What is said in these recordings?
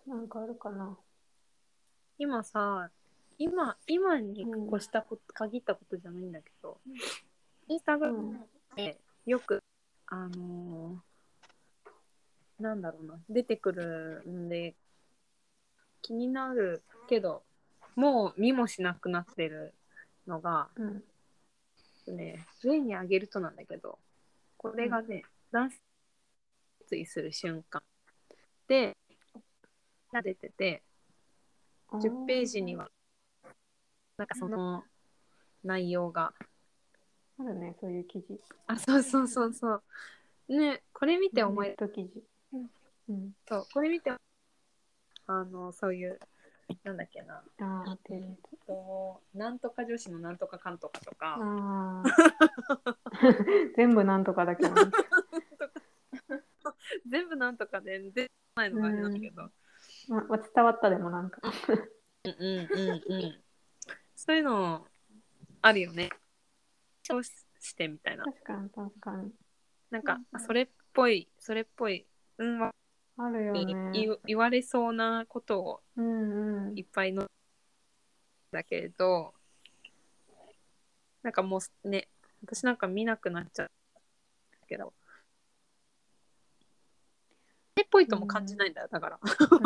なんかあるかな。 今さ、今に越したこと、限ったことじゃないんだけど、インスタグラムでよく、なんだろうな、出てくるんで、気になるけど、もう見もしなくなってるのが、例に挙げるとなんだけど、これがね、男性決意する瞬間で、出てて、10ページには、なんかその内容が。 あるね、そういう記事。 あ、そうそうそうそう。ね、これ見て思い、 ネット記事。 そう、これ見て、そういう、なんだっけな。なんとか女子のなんとかかんとかとか。 全部なんとかだけどね。 全部なんとかで出ないのがあれなんだけど。 伝わったでもなんか。 そういうのあるよね。そうしてみたいな。 確かに確かに。 なんか、それっぽい、 あるよね。 言われそうなことをいっぱいのだけれど、なんかもうね、私なんか見なくなっちゃうけど、それっぽいとも感じないんだよ、だから。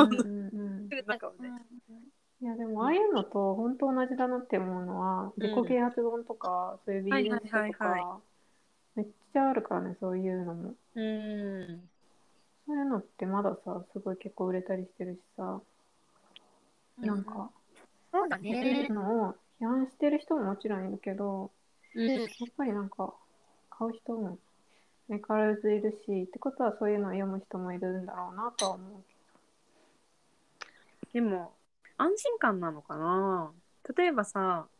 いやでもああいうのと本当同じだなって思うのは、自己啓発本とかそういうビジネス書とかめっちゃあるからね、そういうのも。そういうのってまださ、すごい結構売れたりしてるしさ、なんかそうだそういうのを批判してる人ももちろんいるけど、やっぱりなんか買う人も相変わらずいるし、ってことはそういうのを読む人もいるんだろうなとは思う。 でも安心感なのかな。例えばさ、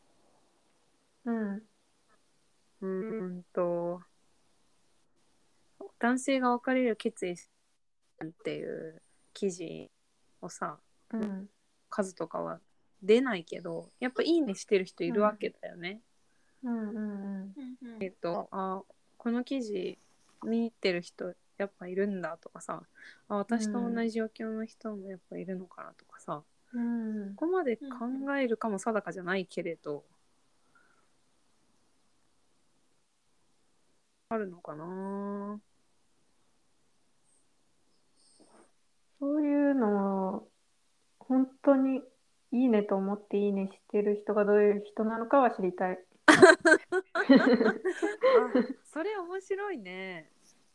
男性が別れる決意っていう記事をさ、数とかは出ないけど、やっぱいいねしてる人いるわけだよね。この記事見てる人やっぱいるんだとかさ、私と同じ状況の人もやっぱいるのかなとかさ、ここまで考えるかも定かじゃないけれど、あるのかな。 そういうのを本当にいいねと思っていいねしてる人がどういう人なのかは知りたい。 それ面白いね。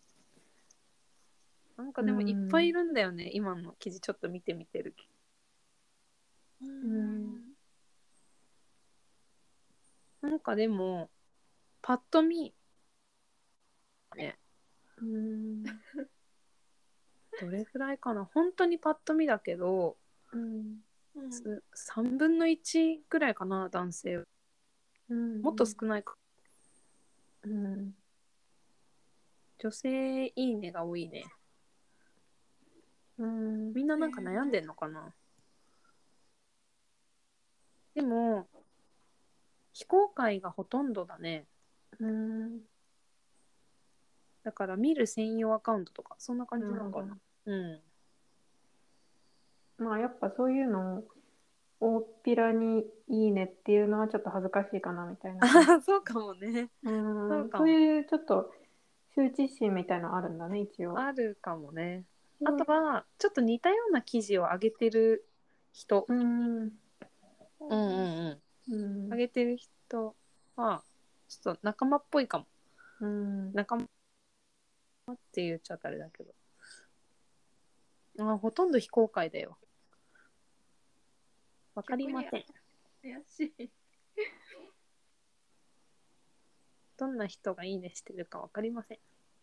なんかでもいっぱいいるんだよね、今の記事ちょっと見てみてる。なんかでもパッと見ね、どれぐらいかな、本当にパッと見だけど、3分の1ぐらいかな、男性。もっと少ないか。女性いいねが多いね。みんななんか悩んでんのかな。でも非公開がほとんどだね。だから見る専用アカウントとかそんな感じなのかな。 まあやっぱそういうのを大っぴらにいいねっていうのはちょっと恥ずかしいかなみたいな。 そうかもね。 そういうちょっと羞恥心みたいなのあるんだね、一応。 あるかもね。あとはちょっと似たような記事を上げてる人、上げてる人はちょっと仲間っぽいかも。仲間って言っちゃったあれだけど、ほとんど非公開だよ。わかりません。怪しい。どんな人がいいねしてるかわかりません。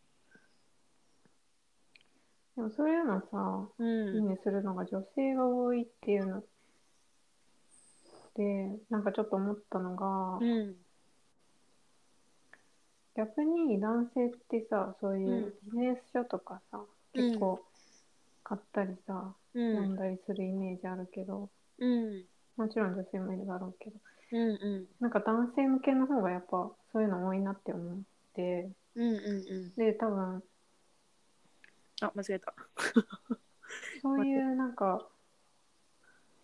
でもそういうのさ、いいねするのが女性が多いっていうので、なんかちょっと思ったのが、逆に男性ってさ、そういうビジネス書とかさ、結構買ったりさ、読んだりするイメージあるけど、もちろん女性もいるだろうけど、なんか男性向けの方がやっぱそういうの多いなって思って、で、多分、 間違えた。 そういうなんか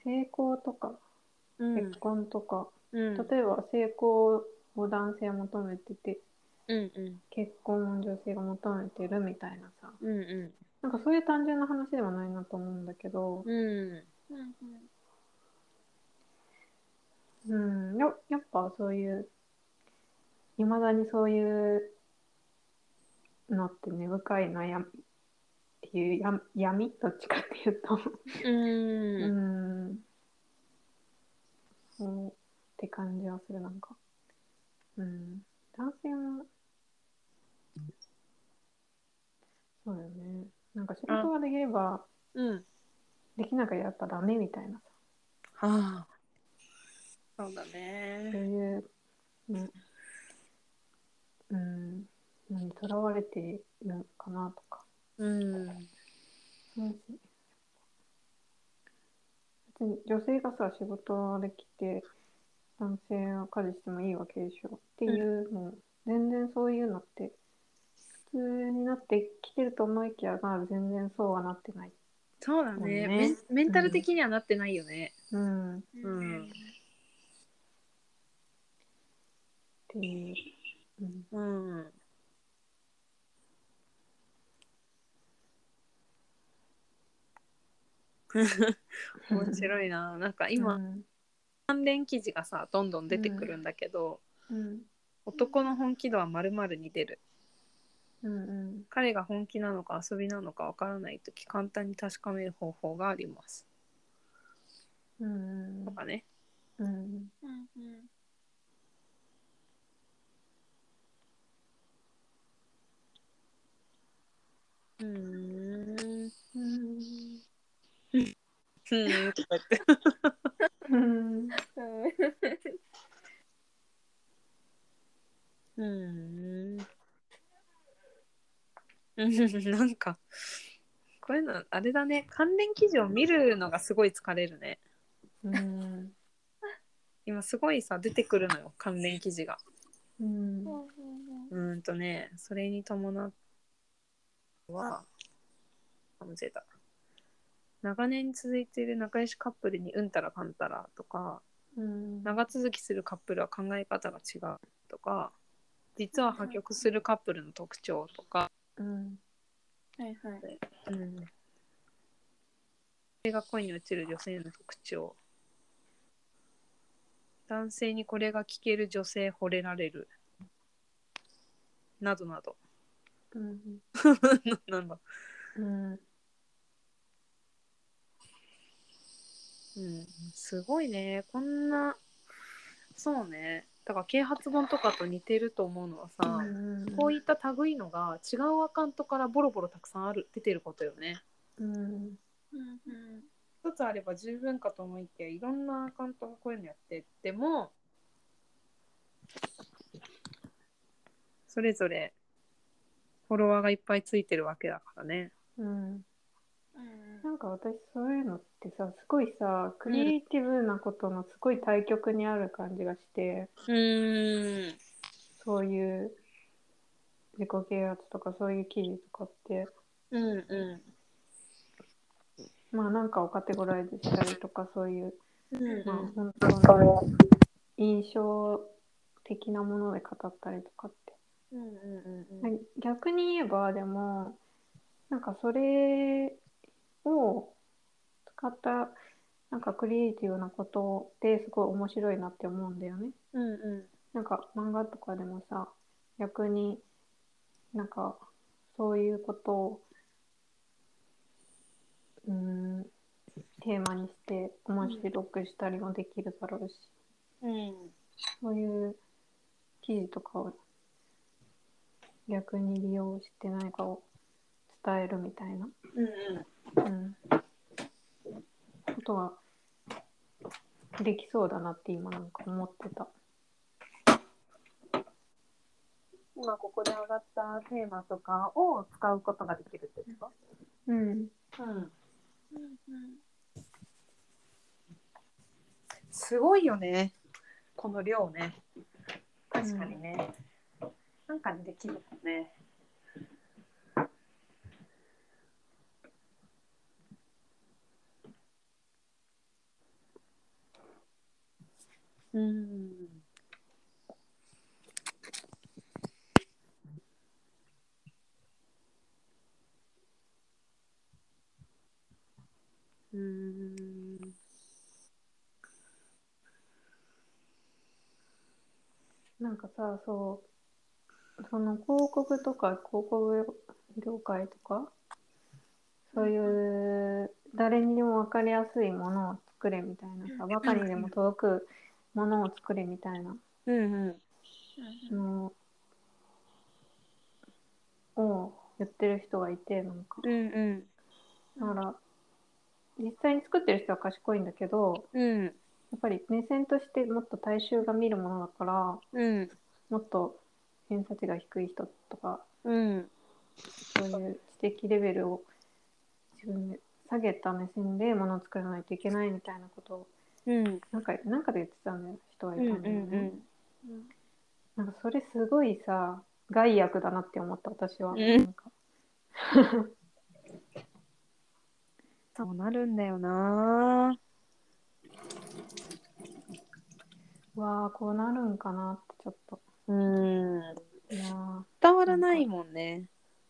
成功とか結婚とか、 うん、 例えば成功を男性は求めてて、 うんうん、 結婚を女性が求めてるみたいなさ、 うんうなんかそういう単純な話ではないなと思うんだけど、 ん、うん、 うん、やっぱそういう、いまだにそういうのって根深い悩みっていう闇どっちかっていうとううん、 ん、そうって感じはする、なんか。うん。男性も、そうだよね。なんか仕あ、 事ができれば、 うん、 できなきゃやっぱダメみたいなさ、 はあ、そうだね。 そういう、ね、うん、にとらわれているのかなとか。 うん、 そうし別に女性がさ、仕事できて、男性は家事してもいいわけでしょってうん、 いうの、全然そういうのって普通になってきてると思いきや、まあ全然そうはなってないそうだね。 もんね。 メンタルうん。 的にはなってないよね。 うん。っうん、 ていう。うん。 うん。面白いな。なんか今、 うん。 関連記事がさ、どんどん出てくうん。 るんだけど、 うん。 男の本気度は〇〇に出る。 うん。 彼が本気なのか遊びなのかわからないとき、簡単に確かめる方法があります。 うん。 とかね。 うん。 うーん。 うん。 とか言って。 うん。 うーん。なんか、こういうの、あれだね。関連記事を見るのがすごい疲れるね。 うん。 今すごいさ、出てくるのよ。関連記事が。 うん。 それに伴は、間違えた。長年続いている仲良しカップルにうんたらかんたらとか、 うん。 長続きするカップルは考え方が違うとか、実は破局するカップルの特徴とか、 うん。 はいはい。うん。女性が恋に落ちる女性の特徴。男性にこれが聞ける女性惚れられる。などなど。 うん。 なんだ。 うん。 うん。すごいね。こんな、そうね。だから啓発本とかと似てると思うのはうさ、こうん。 いった類のが違うアカウントからボロボロたくさん出てることよね。 うん。 一つあれば十分かと思いきや、いろんなアカウントがこういうのやってっても、それぞれフォロワーがいっぱいついてるわけだからね。 うん。なんか私そういうのってさ、すごいさ、クうん。 リエイティブなことのすごい対極にある感じがして、 うーん。 そういう自己啓発とかそういう記事とかって、 うんうまあなんかをカテゴライズしたりとか、そういう、 ん。うんまあうん。 本当に印象的なもので語ったりとかって。 うんうんうん逆に言えば、でも、なんかそれを使ったなんかクリエイティブなことってすごい面白いなって思うんだよね。 うんうなんか漫画とかでもさ、逆になんかそういうことをうーんテーマにして面ん。 白くしたりもできるだろうし、 うん。 そういう記事とかを逆に利用して何かを伝えるみたいな、 うんうん。 うん、ことはできそうだなって今なんか思ってた。 今ここで上がったテーマとかを使うことができるってこうん。 と？うん。すごいよね。この量ね。確かにね。なんかにできるもんね。 うん。うん。 なんかさ、そう、その広告とか広告業界とか、そういう誰にでも分かりやすいものを作れみたいなさ、バカにでも届くものを作れみたいなのを言ってる人がいて、なんか。だから、実際に作ってる人は賢いんだけど、やっぱり目線としてもっと大衆が見るものだから、もっと偏差値が低い人とか、そういう知的レベルを自分で下げた目線でものを作らないといけないみたいなことを、なんかで言ってたんだよ、人はいたんだよね。なんかそれすごいさ、害悪だなって思った、私は。なんかそうなるんだよな。 わあ、こうなるんかなってちょっと。いや伝わらないもんね。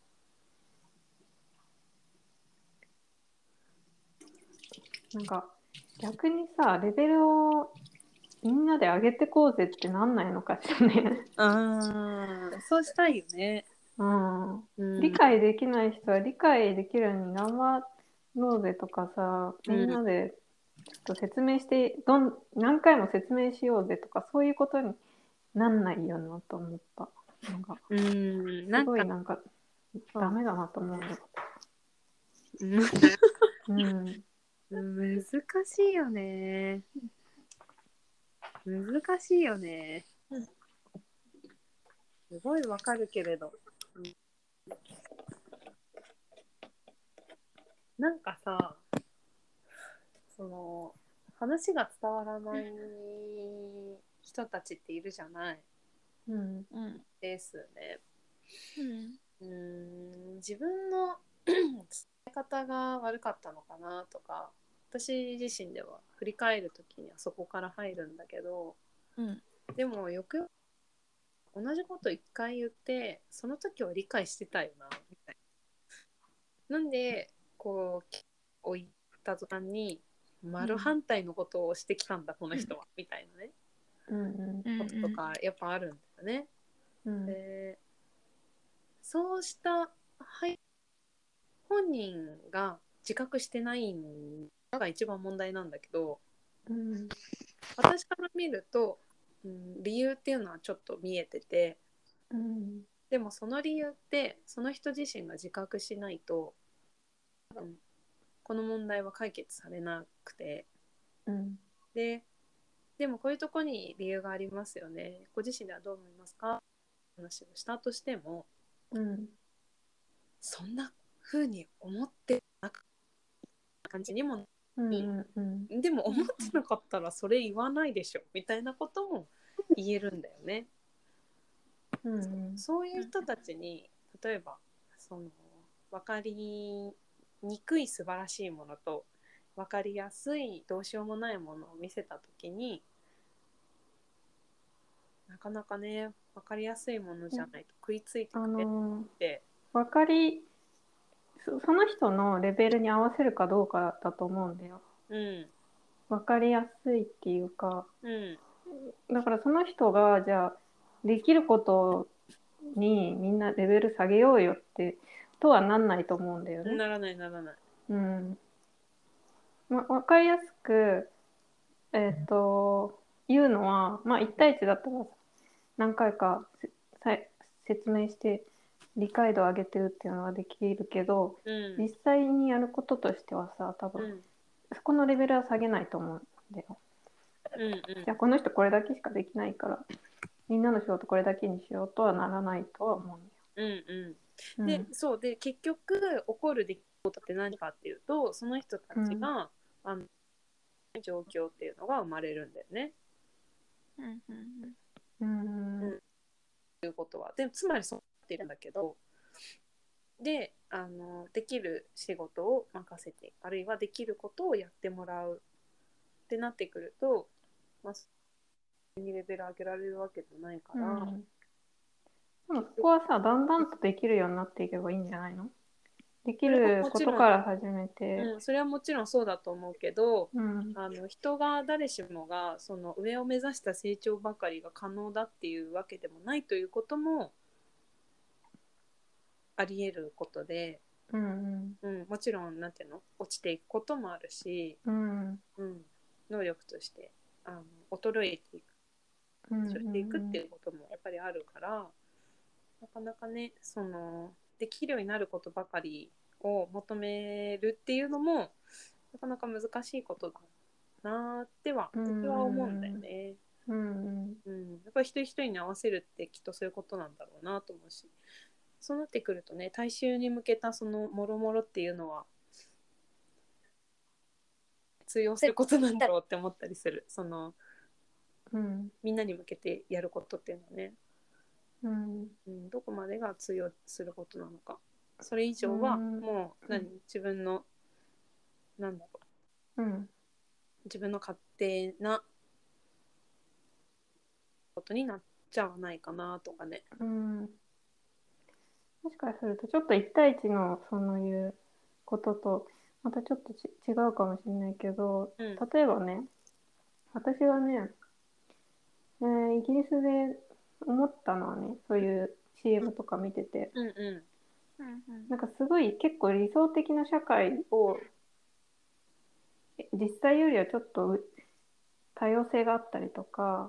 なんか逆にさ、レベルをみんなで上げてこうぜってなんないのかしらね。 そうしたいよね。 理解できない人は理解できるように頑張ろうぜとかさ、みんなでちょっと説明して、何回も説明しようぜとか、そういうことになんないよなと思った。なんかすごいなんかダメだなと思うんだよ。 難しいよね。難しいよね。すごいわかるけれど。なんかさ、その話が伝わらない人たちっているじゃない。ですね。自分の伝え方が悪かったのかなとか、私自身では振り返るときにはそこから入るんだけど、でもよく同じこと一回言ってその時は理解してたよなみたいな。なんでこう置いた途端に丸反対のことをしてきたんだ、この人はみたいなね、こととかやっぱあるんだよね。でそうした本人が自覚してないのが一番問題なんだけど、私から見ると、理由っていうのはちょっと見えてて、でもその理由ってその人自身が自覚しないと、この問題は解決されなくて、でもこういうとこに理由がありますよね、ご自身ではどう思いますか話をしたとしても、そんな風に思ってなかった感じにも、でも思ってなかったらそれ言わないでしょみたいなことも言えるんだよね。そういう人たちに例えばその分かりにくい素晴らしいものと分かりやすいどうしようもないものを見せた時に、なかなかね分かりやすいものじゃないと食いついてくれってその人のレベルに合わせるかどうかだと思うんだよ。分かりやすいっていうか、だからその人がじゃあできることにみんなレベル下げようよってとはなんないと思うんだよね。 ならない。 分かりやすく言うのは、まあ1対1だったら何回か説明して理解度を上げてるっていうのはできるけど、実際にやることとしてはさ、多分、そこのレベルは下げないと思うんだよ。じゃあこの人これだけしかできないからみんなの仕事これだけにしようとはならないとは思うんだよ。そうで結局起こる出来事って何かっていうと、その人たちが、状況っていうのが生まれるんだよね。いうことはでつまりそうなっているんだけど、でできる仕事を任せて、あるいはできることをやってもらうってなってくると、 にレベル上げられるわけじゃないから、 うん、でもそこはさ、だんだんとできるようになっていけばいいんじゃないの？できることから始めて、 それはもちろんそうだと思うけど、 うん、 人が誰しもがその上を目指した成長ばかりが可能だっていうわけでもないということもあり得ることで、 うんうん、 もちろんなんていうの落ちていくこともあるし、 うん、 能力として衰えていく、 うん、 成長していくってうん、 いうこともやっぱりあるから、なかなかねそのできるようになることばかりを求めるっていうのもなかなか難しいことだなってはう私は思うんだよん、 ね。 うん、 やっぱり一人一人に合わせるってきっとそういうことなんだろうなと思うし、そうなってくるとね大衆に向けたそのもろもろっていうのは通用することなんだろうって思ったりする。そのうん、 みんなに向けてやることっていうのはね、 うん、 どこまでが通用することなのか、それ以う上はん、 もう自分のなんだろうん、 自分の勝手なことになっちゃわないかなとかね。 うん。もしかすると、ちょっと一対一のそういうことと、またちょっと違うかもしれないけど、例えばね、私はね、イギリスで思ったのはね、そういう CM とか見てて、なんかすごい結構理想的な社会を実際よりはちょっと多様性があったりとか、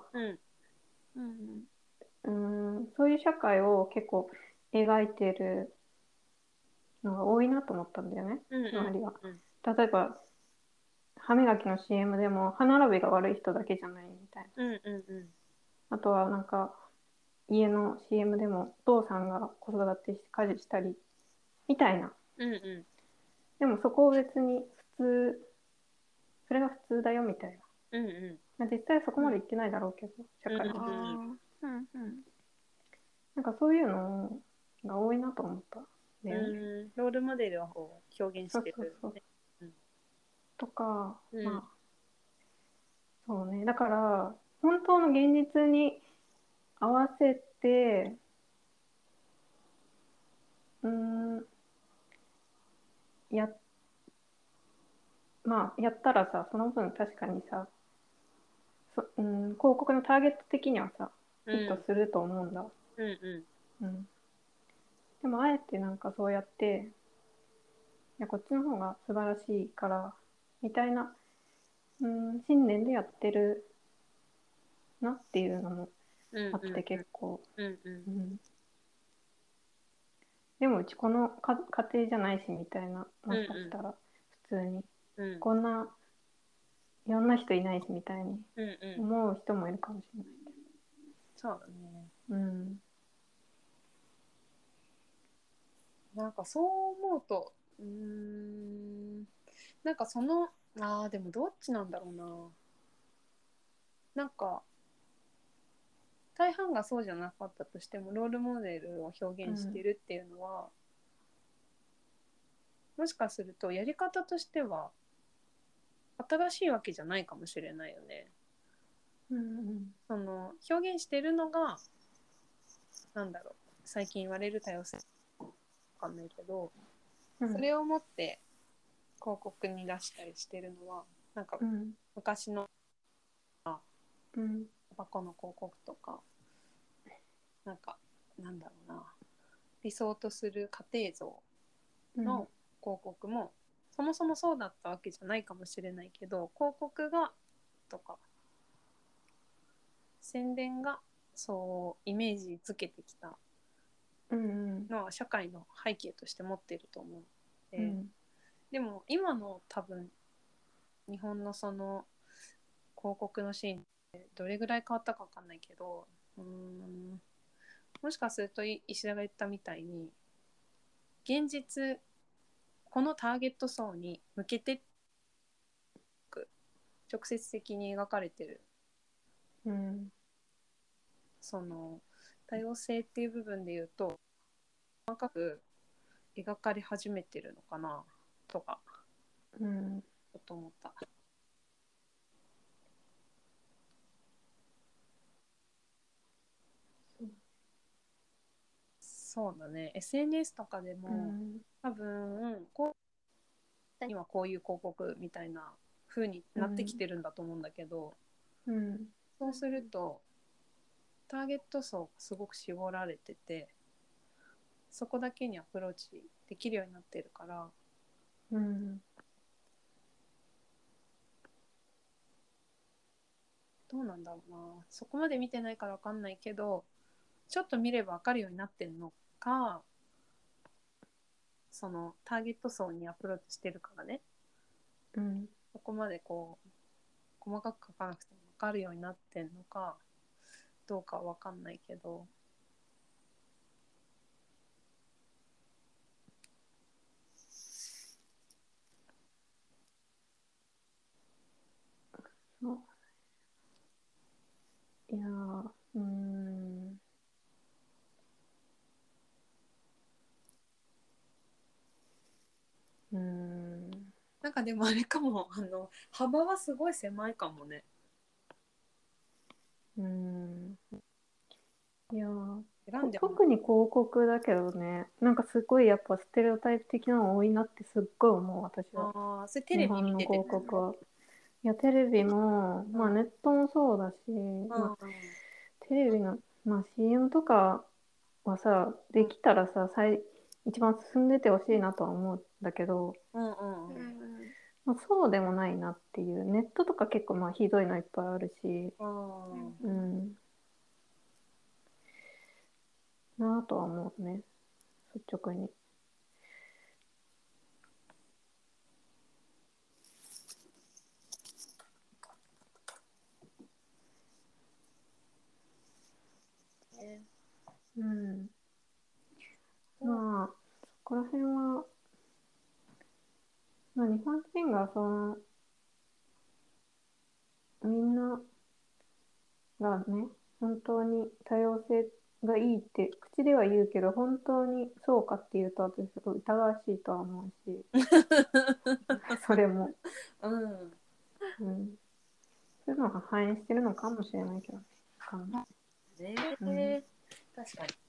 そういう社会を結構描いてるのが多いなと思ったんだよね、周りは。例えば、歯磨きの CM でも歯並びが悪い人だけじゃないみたいな。あとはなんか、家の CM でもお父さんが子育てして家事したりみたいな。でもそこを別に普通、それが普通だよみたいな。まあ、実際そこまで言ってないだろうけど、社会は。なんかそういうのが多いなと思ったんだよね。 ロールモデルを表現そうしてる、 そうそう。 ね。 とか、まあ、そうね。だから、本当の現実に合わせて、うーん、や、まあ、やったらさ、その分確かにさ、広告のターゲット的にはさ、ヒットすると思うんだ。うん。でも、あえてなんかそうやって、いや、こっちの方が素晴らしいから、みたいな、信念でやってるなっていうのもあって結構、でもうちこの家庭じゃないしみたいな、もしかしたら普通に、こんないろんな人いないしみたいに思う人もいるかもしれないけど。 そうだね。 うん。 なんかそう思うと、なんかでもどっちなんだろうな。なんか大半がそうじゃなかったとしてもロールモデルを表現してるっていうのは、もしかするとやり方としては新しいわけじゃないかもしれないよね。その表現してるのがなんだろう、最近言われる多様性わかんないけど、それをもって広告に出したりしてるのはなんか昔のタバコの広告とか、なんかなんだろうな、理想とする家庭像の広告も、そもそもそうだったわけじゃないかもしれないけど、広告がとか宣伝がそうイメージづけてきたのは社会の背景として持ってると思う。でも今の多分日本のその広告のシーンってどれぐらい変わったか分かんないけど、もしかすると石田が言ったみたいに現実このターゲット層に向けて直接的に描かれてる、その多様性っていう部分で言うと細かく描かれ始めてるのかなとか、ちょっと思った。 そうだね。SNS とかでも、多分こうにはこういう広告みたいな風になってきてるんだと思うんだけど、そうするとターゲット層がすごく絞られてて、そこだけにアプローチできるようになってるから、どうなんだろうな。そこまで見てないから分かんないけど、ちょっと見れば分かるようになってんのか、そのターゲット層にアプローチしてるからね、そこまでこう細かく書かなくても分かるようになってんのかどうかは分かんないけど、 いやなんかでもあれかも、幅はすごい狭いかもね。 いや選んでも特に広告だけどね、なんかすごいやっぱステレオタイプ的なの多いなってすっごい思う、私は。 ああ、それテレビ日本の見てて広告は。いや、テレビも、まあネットもそうだし、まあテレビの、まあ CM とかはさ、できたらさ、一番進んでてほしいなとは思うんだけど、まあ、そうでもないなっていう。ネットとか結構まあひどいのいっぱいあるし、なぁとは思うね、率直に。まあ、そこら辺は、まあ、日本人がみんながね、本当に多様性がいいって口では言うけど、本当にそうかっていうと私すごい疑わしいとは思うし、それも、そういうのが反映してるのかもしれないけどね。 確かに。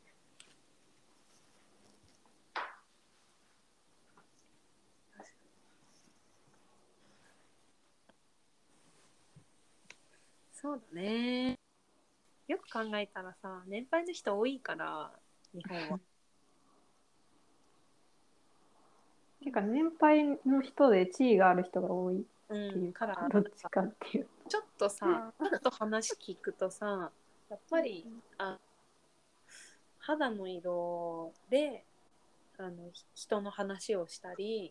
そうだね。よく考えたらさ、年配の人多いから、日本は。 てか年配の人で地位がある人が多いっていうか、どっちかっていう。 ちょっとさ、ちょっと話聞くとさ、やっぱり肌の色で人の話をしたり、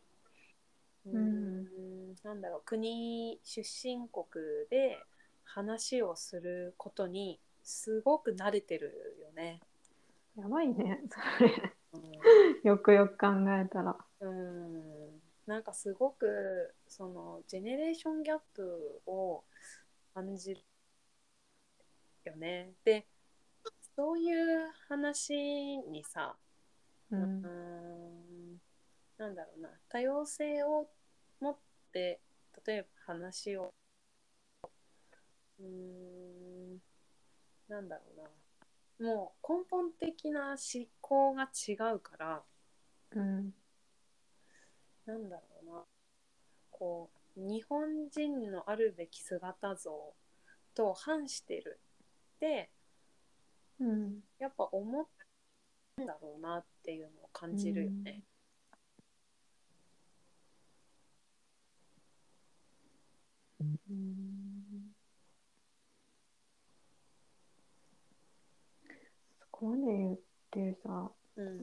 なんだろう、国出身国で話をすることにすごく慣れてるよね。 やばいね、それ。よくよく考えたら。 なんかすごくそのジェネレーションギャップを感じるよね。で、そういう話にさ、なんだろうな、多様性を持って例えば話をなんだろうな、もう根本的な思考が違うから、なんだろうな、こう日本人のあるべき姿像と反してるって、やっぱ思うんだろうなっていうのを感じるよね。 そこまで言ってる人は、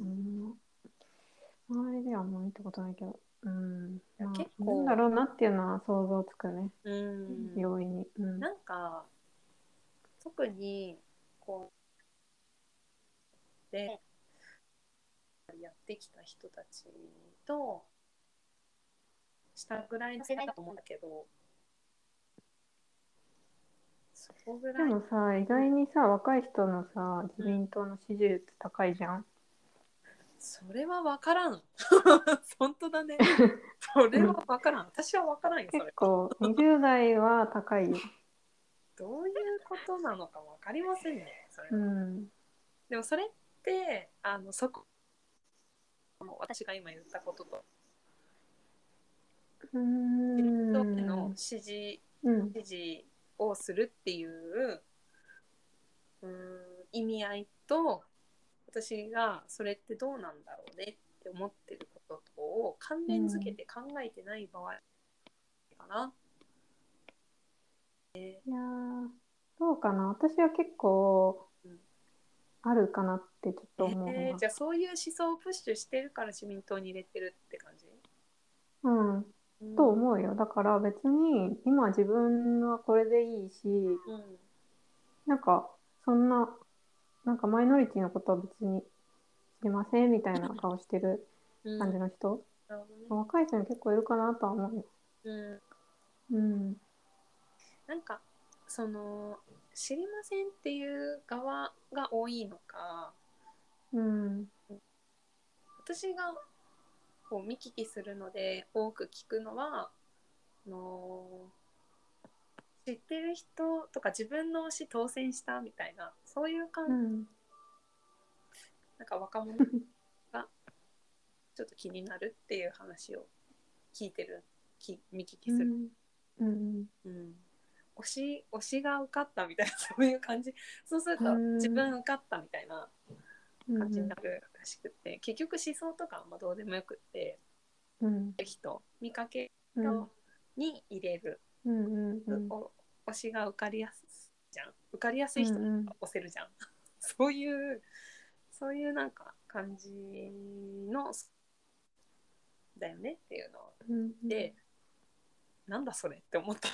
周りではあんま見たことないけど、まあ、 結構なんだろうなっていうのは想像つくね、容易に。 なんか特にこうでやってきた人たちとしたぐらいの世代だと思うんだけど、そこぐらい。 でもさ、意外にさ、若い人のさ、自民党の支持率高いじゃん。 それは分からん。本当だね。それは分からん。私は分からんよ、それ。 結構、20代は高いよ。 どういうことなのか分かりませんね、それは。でもそれってそこ私が今言ったこととの指示をするっていう意味合いと、私がそれってどうなんだろうねって思ってることとを関連づけて考えてない場合かな。 いやどうかな。私は結構あるかなってちょっと思うな。 じゃあそういう思想をプッシュしてるから自民党に入れてるって感じ？ うん、と思うよ。だから別に今自分はこれでいいし、なんかそんな、なんかマイノリティのことは別に知りませんみたいな顔してる感じの人、若い人に結構いるかなとは思うよ。うん。 なんかその知りませんっていう側が多いのか、 うん。 私がこう見聞きするので多く聞くのは、知ってる人とか自分の推し当選したみたいな、そういう感じ、なんか若者がちょっと気になるっていう話を聞いてる、見聞きする。推しが受かったみたいな、そういう感じ。そうすると自分受かったみたいな感じになるらしくて、結局思想とかあんまどうでもよくって、人見かけ人に入れる、推しが受かりやすいじゃん、受かりやすい人が推せるじゃん、そういうなんか感じのだよねっていうので、なんだそれって思った。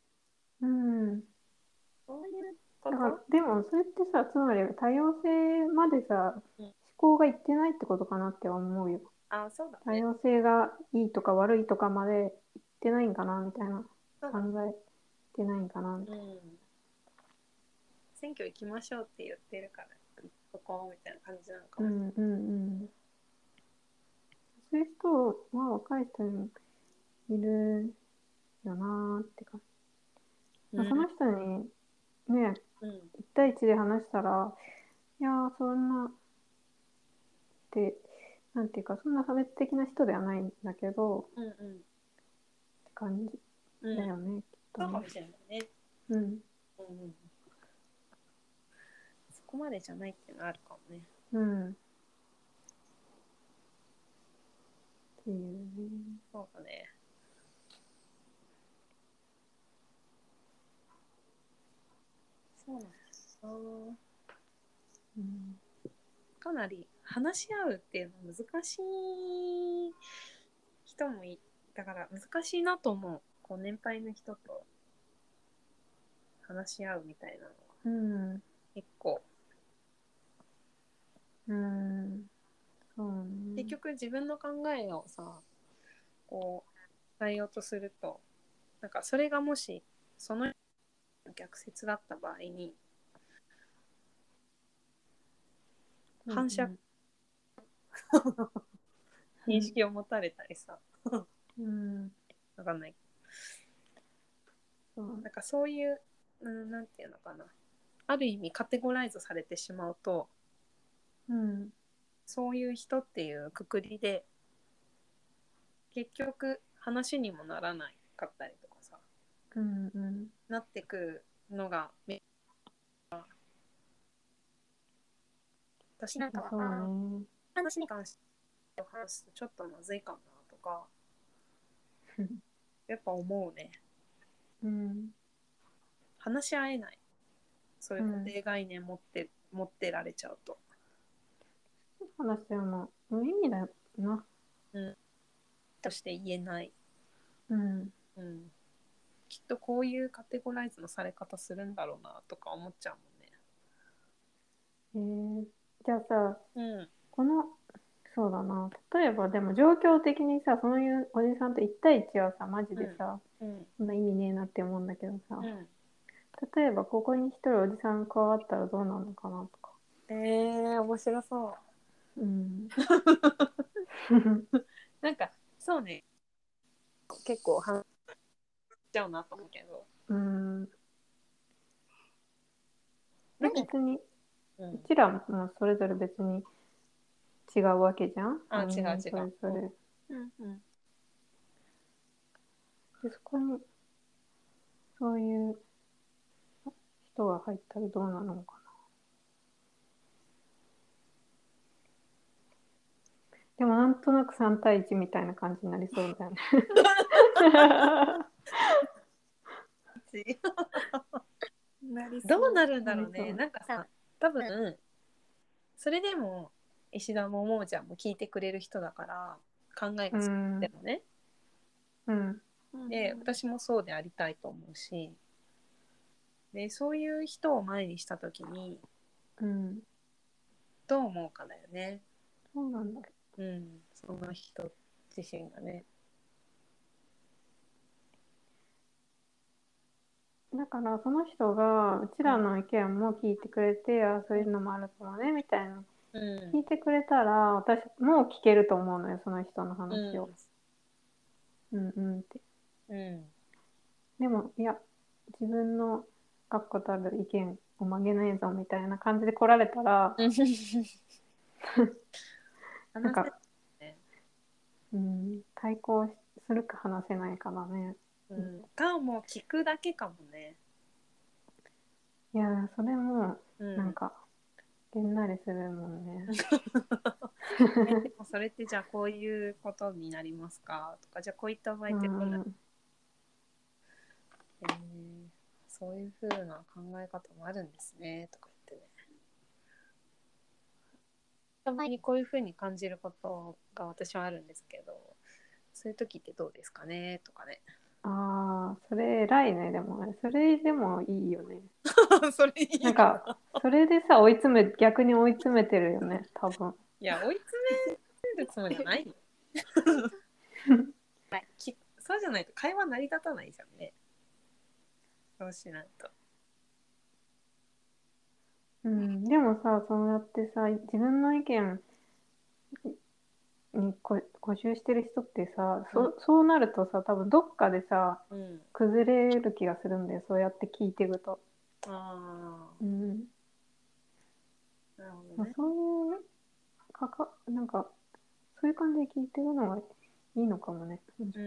そういうこだからと？ でもそれってさ、つまり多様性までさ、思考がいってないってことかなって思うよ。 そうだね。 多様性がいいとか悪いとかまでいってないんかなみたいな、考えてないんかなみたいな。 選挙行きましょうって言ってるからそこみたいな感じなのかうも。 ん。そういう人は若い人にいるよなーって感じ。その人にね、一対一で話したら、いやー、そんなって、なんていうか、そんな差別的な人ではないんだけど、って感じだよね、きっとね。 そうかもしれないね。そこまでじゃないっていうのあるかもね。 っていうね。 そうだね。そうなんですよ。かなり話し合うっていうのは難しい人もだから難しいなと思う。こう年配の人と話し合うみたいなのは、結構。 そうね。 結局自分の考えをさ、こう伝えようとすると、なんかそれがもしその逆説だった場合に反射、認識を持たれたりさ、わかんない。なんかそういう、なんていうのかな、ある意味カテゴライズされてしまうと、そういう人っていうくくりで結局話にもならないかったりとかさ、なってくるのが私なんかは、話に関して話すとちょっとまずいかもなとかやっぱ思うね。話し合えない、そういう固定概念持ってられちゃうと。 話してるの無意味だよな。 として言えない。きっとこういうカテゴライズのされ方するんだろうなとか思っちゃうもんね。じゃあさ、 うんこの、そうだな。例えばでも状況的にさ、そういうおじさんと1対1はさ、マジでさ、そんな意味ねえなって思うんだけどさ、例えばここに一人おじさん加わったらどうなるのかなとか。 面白そう。なんかそうね、結構話しちゃうなと思うけど。 別にうちらもそれぞれ別に違うわけじゃん。 違う違う。 それぞれ。で、そこにそういう人が入ったらどうなのかな。でもなんとなく3対1みたいな感じになりそうだよね。 どうなるんだろうね。なんかさ、多分それでも石田もももちゃんも聞いてくれる人だから考えがそうでもね。で、私もそうでありたいと思うし、でそういう人を前にしたときに、どう思うかだよね。 そうなんだ。 その人自身がね。 だからその人がうちらの意見も聞いてくれて、そういうのもあるかもねみたいな、聞いてくれたら私も聞けると思うのよ、その人の話を。って。でもいや、自分の確固たる意見を曲げないぞみたいな感じで来られたらなんか、対抗するか話せないからね。 がもう聞くだけかもね。 いやそれもなんか、げんなりするもんね。 でもそれってじゃあこういうことになりますかとか、じゃあこういった場合ってどうなる、そういうふうな考え方もあるんですねとか言ってね。たまにこういうふうに感じることが私はあるんですけど、そういう時ってどうですかねとかね。 それ偉いね。でもそれでもいいよね。 それいいなんかそれでさ逆に追い詰めてるよね多分。 いや追い詰めるつもりはないよ。そうじゃないと会話成り立たないじゃんね。そうしないと。 でもさ、そうやってさ自分の意見に固執してる人ってさ、そうなるとさ多分どっかでさ、崩れる気がするんだよ、そうやって聞いていくと。 なるほどね。 そういうなんかそういう感じで聞いてるのがいいのかもね。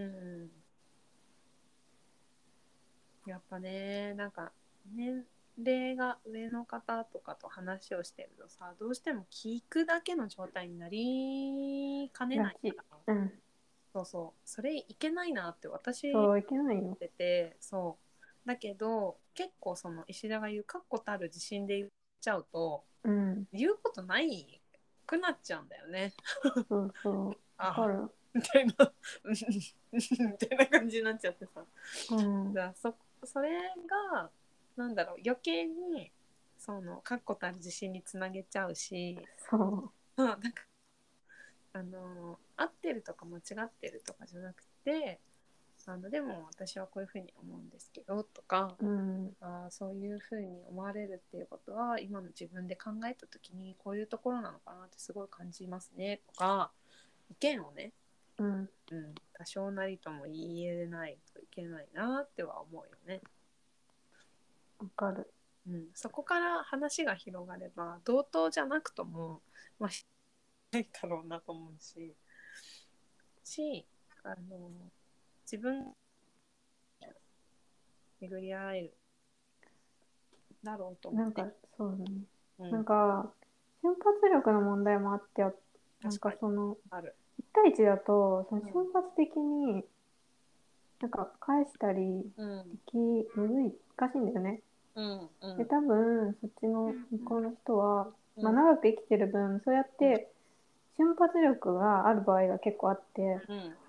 やっぱね、なんか年齢が上の方とかと話をしてるとさ、どうしても聞くだけの状態になりかねないから、それいけないなって私そういけないよ。 思ってて、だけど結構その石田が言う確固たる自信で言っちゃうと、言うことないくなっちゃうんだよね。 そうそう、わかる。 みたいなみたいな感じになっちゃってさ、だそれがなんだろう、余計にその確固たる自信につなげちゃうし、なんか合ってるとか間違ってるとかじゃなくて、でも私はこういうふうに思うんですけどとか、そういうふうに思われるっていうことは今の自分で考えた時にこういうところなのかなってすごい感じますねとか、意見をね、多少なりとも言えないといけないなっては思うよね。 わかる。 そこから話が広がれば同等じゃなくともまあないだろうなと思うし、自分巡り合えるだろうと思う、ね。 なんかそうね。なんか瞬発力の問題もあって、なんかその1対1だとその瞬発的になんか返したり難しいんだよね。で多分そっちの向こうの人は、長く生きてる分そうやって瞬発力がある場合が結構あって、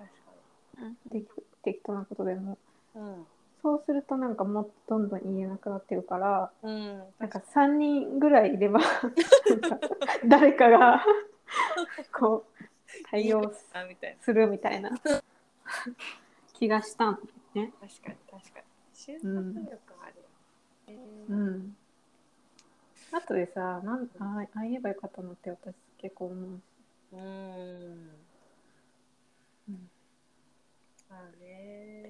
適当なことでも、そうするとなんかもっとどんどん言えなくなってるから、なんか3人ぐらいいればなんか誰かがこう対応するみたいな気がしたんね。 確かに瞬発力ある。 あとでさ、ああ言えばよかったのって私結構思うし。 まあね。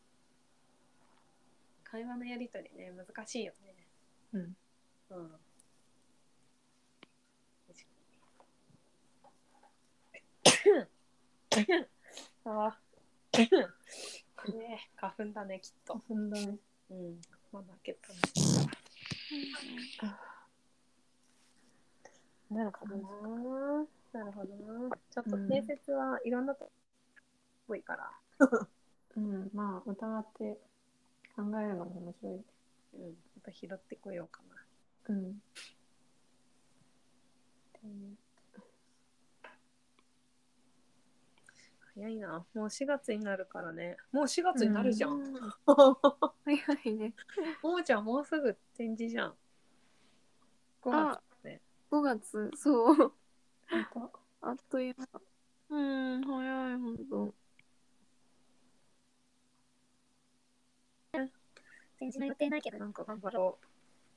会話のやりとりね、難しいよね。 あ花粉だねきっと。 花粉だね。 うん。まだ開けたね。なるほどな。なるほどな。ちょっと定説はいろんなとこ多いから。 うん、まあ疑って考えるのも面白い。 うん。また拾ってこようかな。うん。 早いな。もう4月になるからね。もう4月になるじゃん。 早いね。 ももちゃんもうすぐ展示じゃん。5月ね。 5月、そう。 本当。 あっという間。うん、早い、ほんと。 展示の予定ないけど、なんか頑張ろう。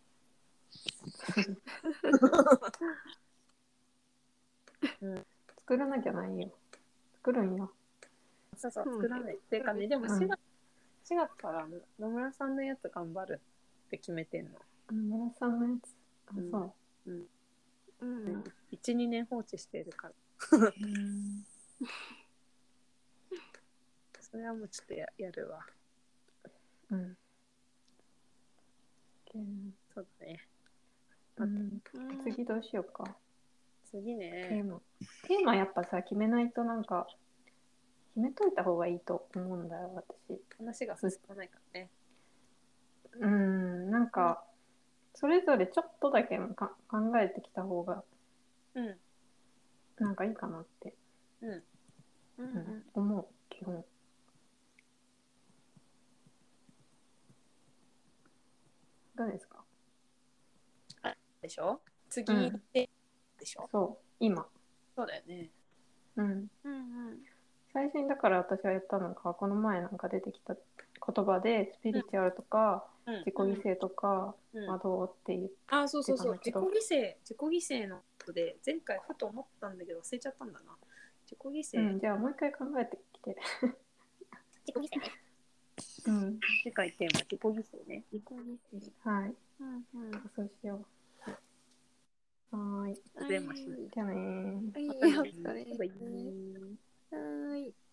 うん、作らなきゃないよ。作るんよ。 そうそう、作らない。っていうかね、でも4月から野村さんのやつ頑張るって決めてんの。 野村さんのやつ。あ、そう。 うん。 1、2年放置してるから。それはもうちょっとやるわ。 うん。 そうだね。 次どうしようか。 次ね。 テーマやっぱさ、決めないとなんか、決めといた方がいいと思うんだよ、私。 話が進まないからね。 なんか、それぞれちょっとだけ考えてきた方が、なんかいいかなって、思う、基本。どうですか？ でしょ？次でしょ？ そう、今。 そうだよね。 最初にだから私はやったのが、この前なんか出てきた言葉で、スピリチュアルとか、自己犠牲とかはどうって言ってたんだけど。 そうそうそう、自己犠牲のことで、前回ふと思ったんだけど忘れちゃったんだな。自己犠牲。 じゃあもう一回考えてきて。 自己犠牲ね。世界テーマ、自己犠牲ね。 自己犠牲。 はい。そうしよう。はーい。 じゃあねー。 はい、お疲れ。 バイバイ。 はい。